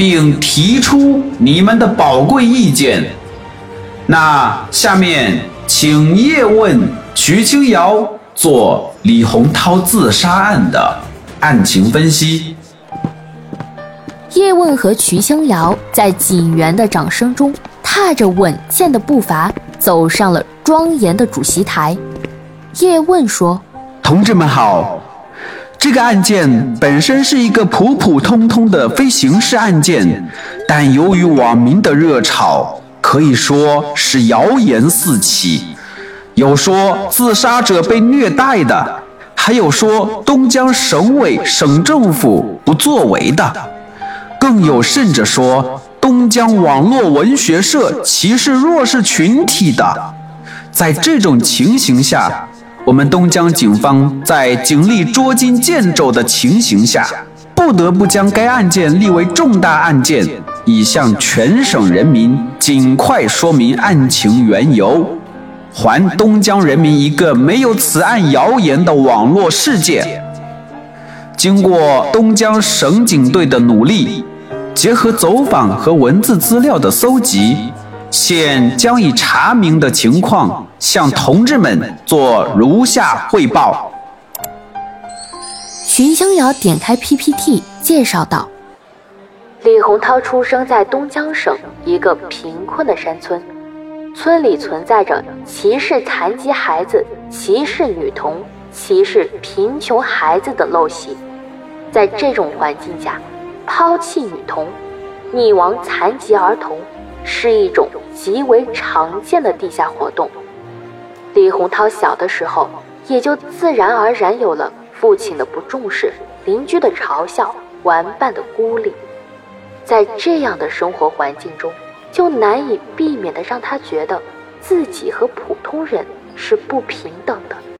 并提出你们的宝贵意见。那下面请叶问、瞿青瑶做李洪涛自杀案的案情分析。 叶问和瞿青瑶在警员的掌声中，踏着稳健的步伐走上了庄严的主席台。叶问说： 同志们好，这个案件本身是一个普普通通的非刑事案件，但由于网民的热炒，可以说是谣言四起。有说自杀者被虐待的，还有说东江省委省政府不作为的，更有甚者说东江网络文学社歧视弱势群体的。在这种情形下，我们东江警方在警力捉襟见肘的情形下，不得不将该案件立为重大案件，以向全省人民尽快说明案情缘由，还东江人民一个没有此案谣言的网络世界。经过东江省警队的努力，结合走访和文字资料的搜集，现将以查明的情况向同志们做如下汇报。 瞿青瑶点开 PPT 介绍道：李洪涛出生在东江省一个贫困的山村，村里存在着歧视残疾孩子、歧视女童、歧视贫穷孩子的陋习。在这种环境下，抛弃女童、溺亡残疾儿童是一种极为常见的地下活动。李洪涛小的时候，也就自然而然有了父亲的不重视、邻居的嘲笑、玩伴的孤立。在这样的生活环境中，就难以避免地让他觉得自己和普通人是不平等的。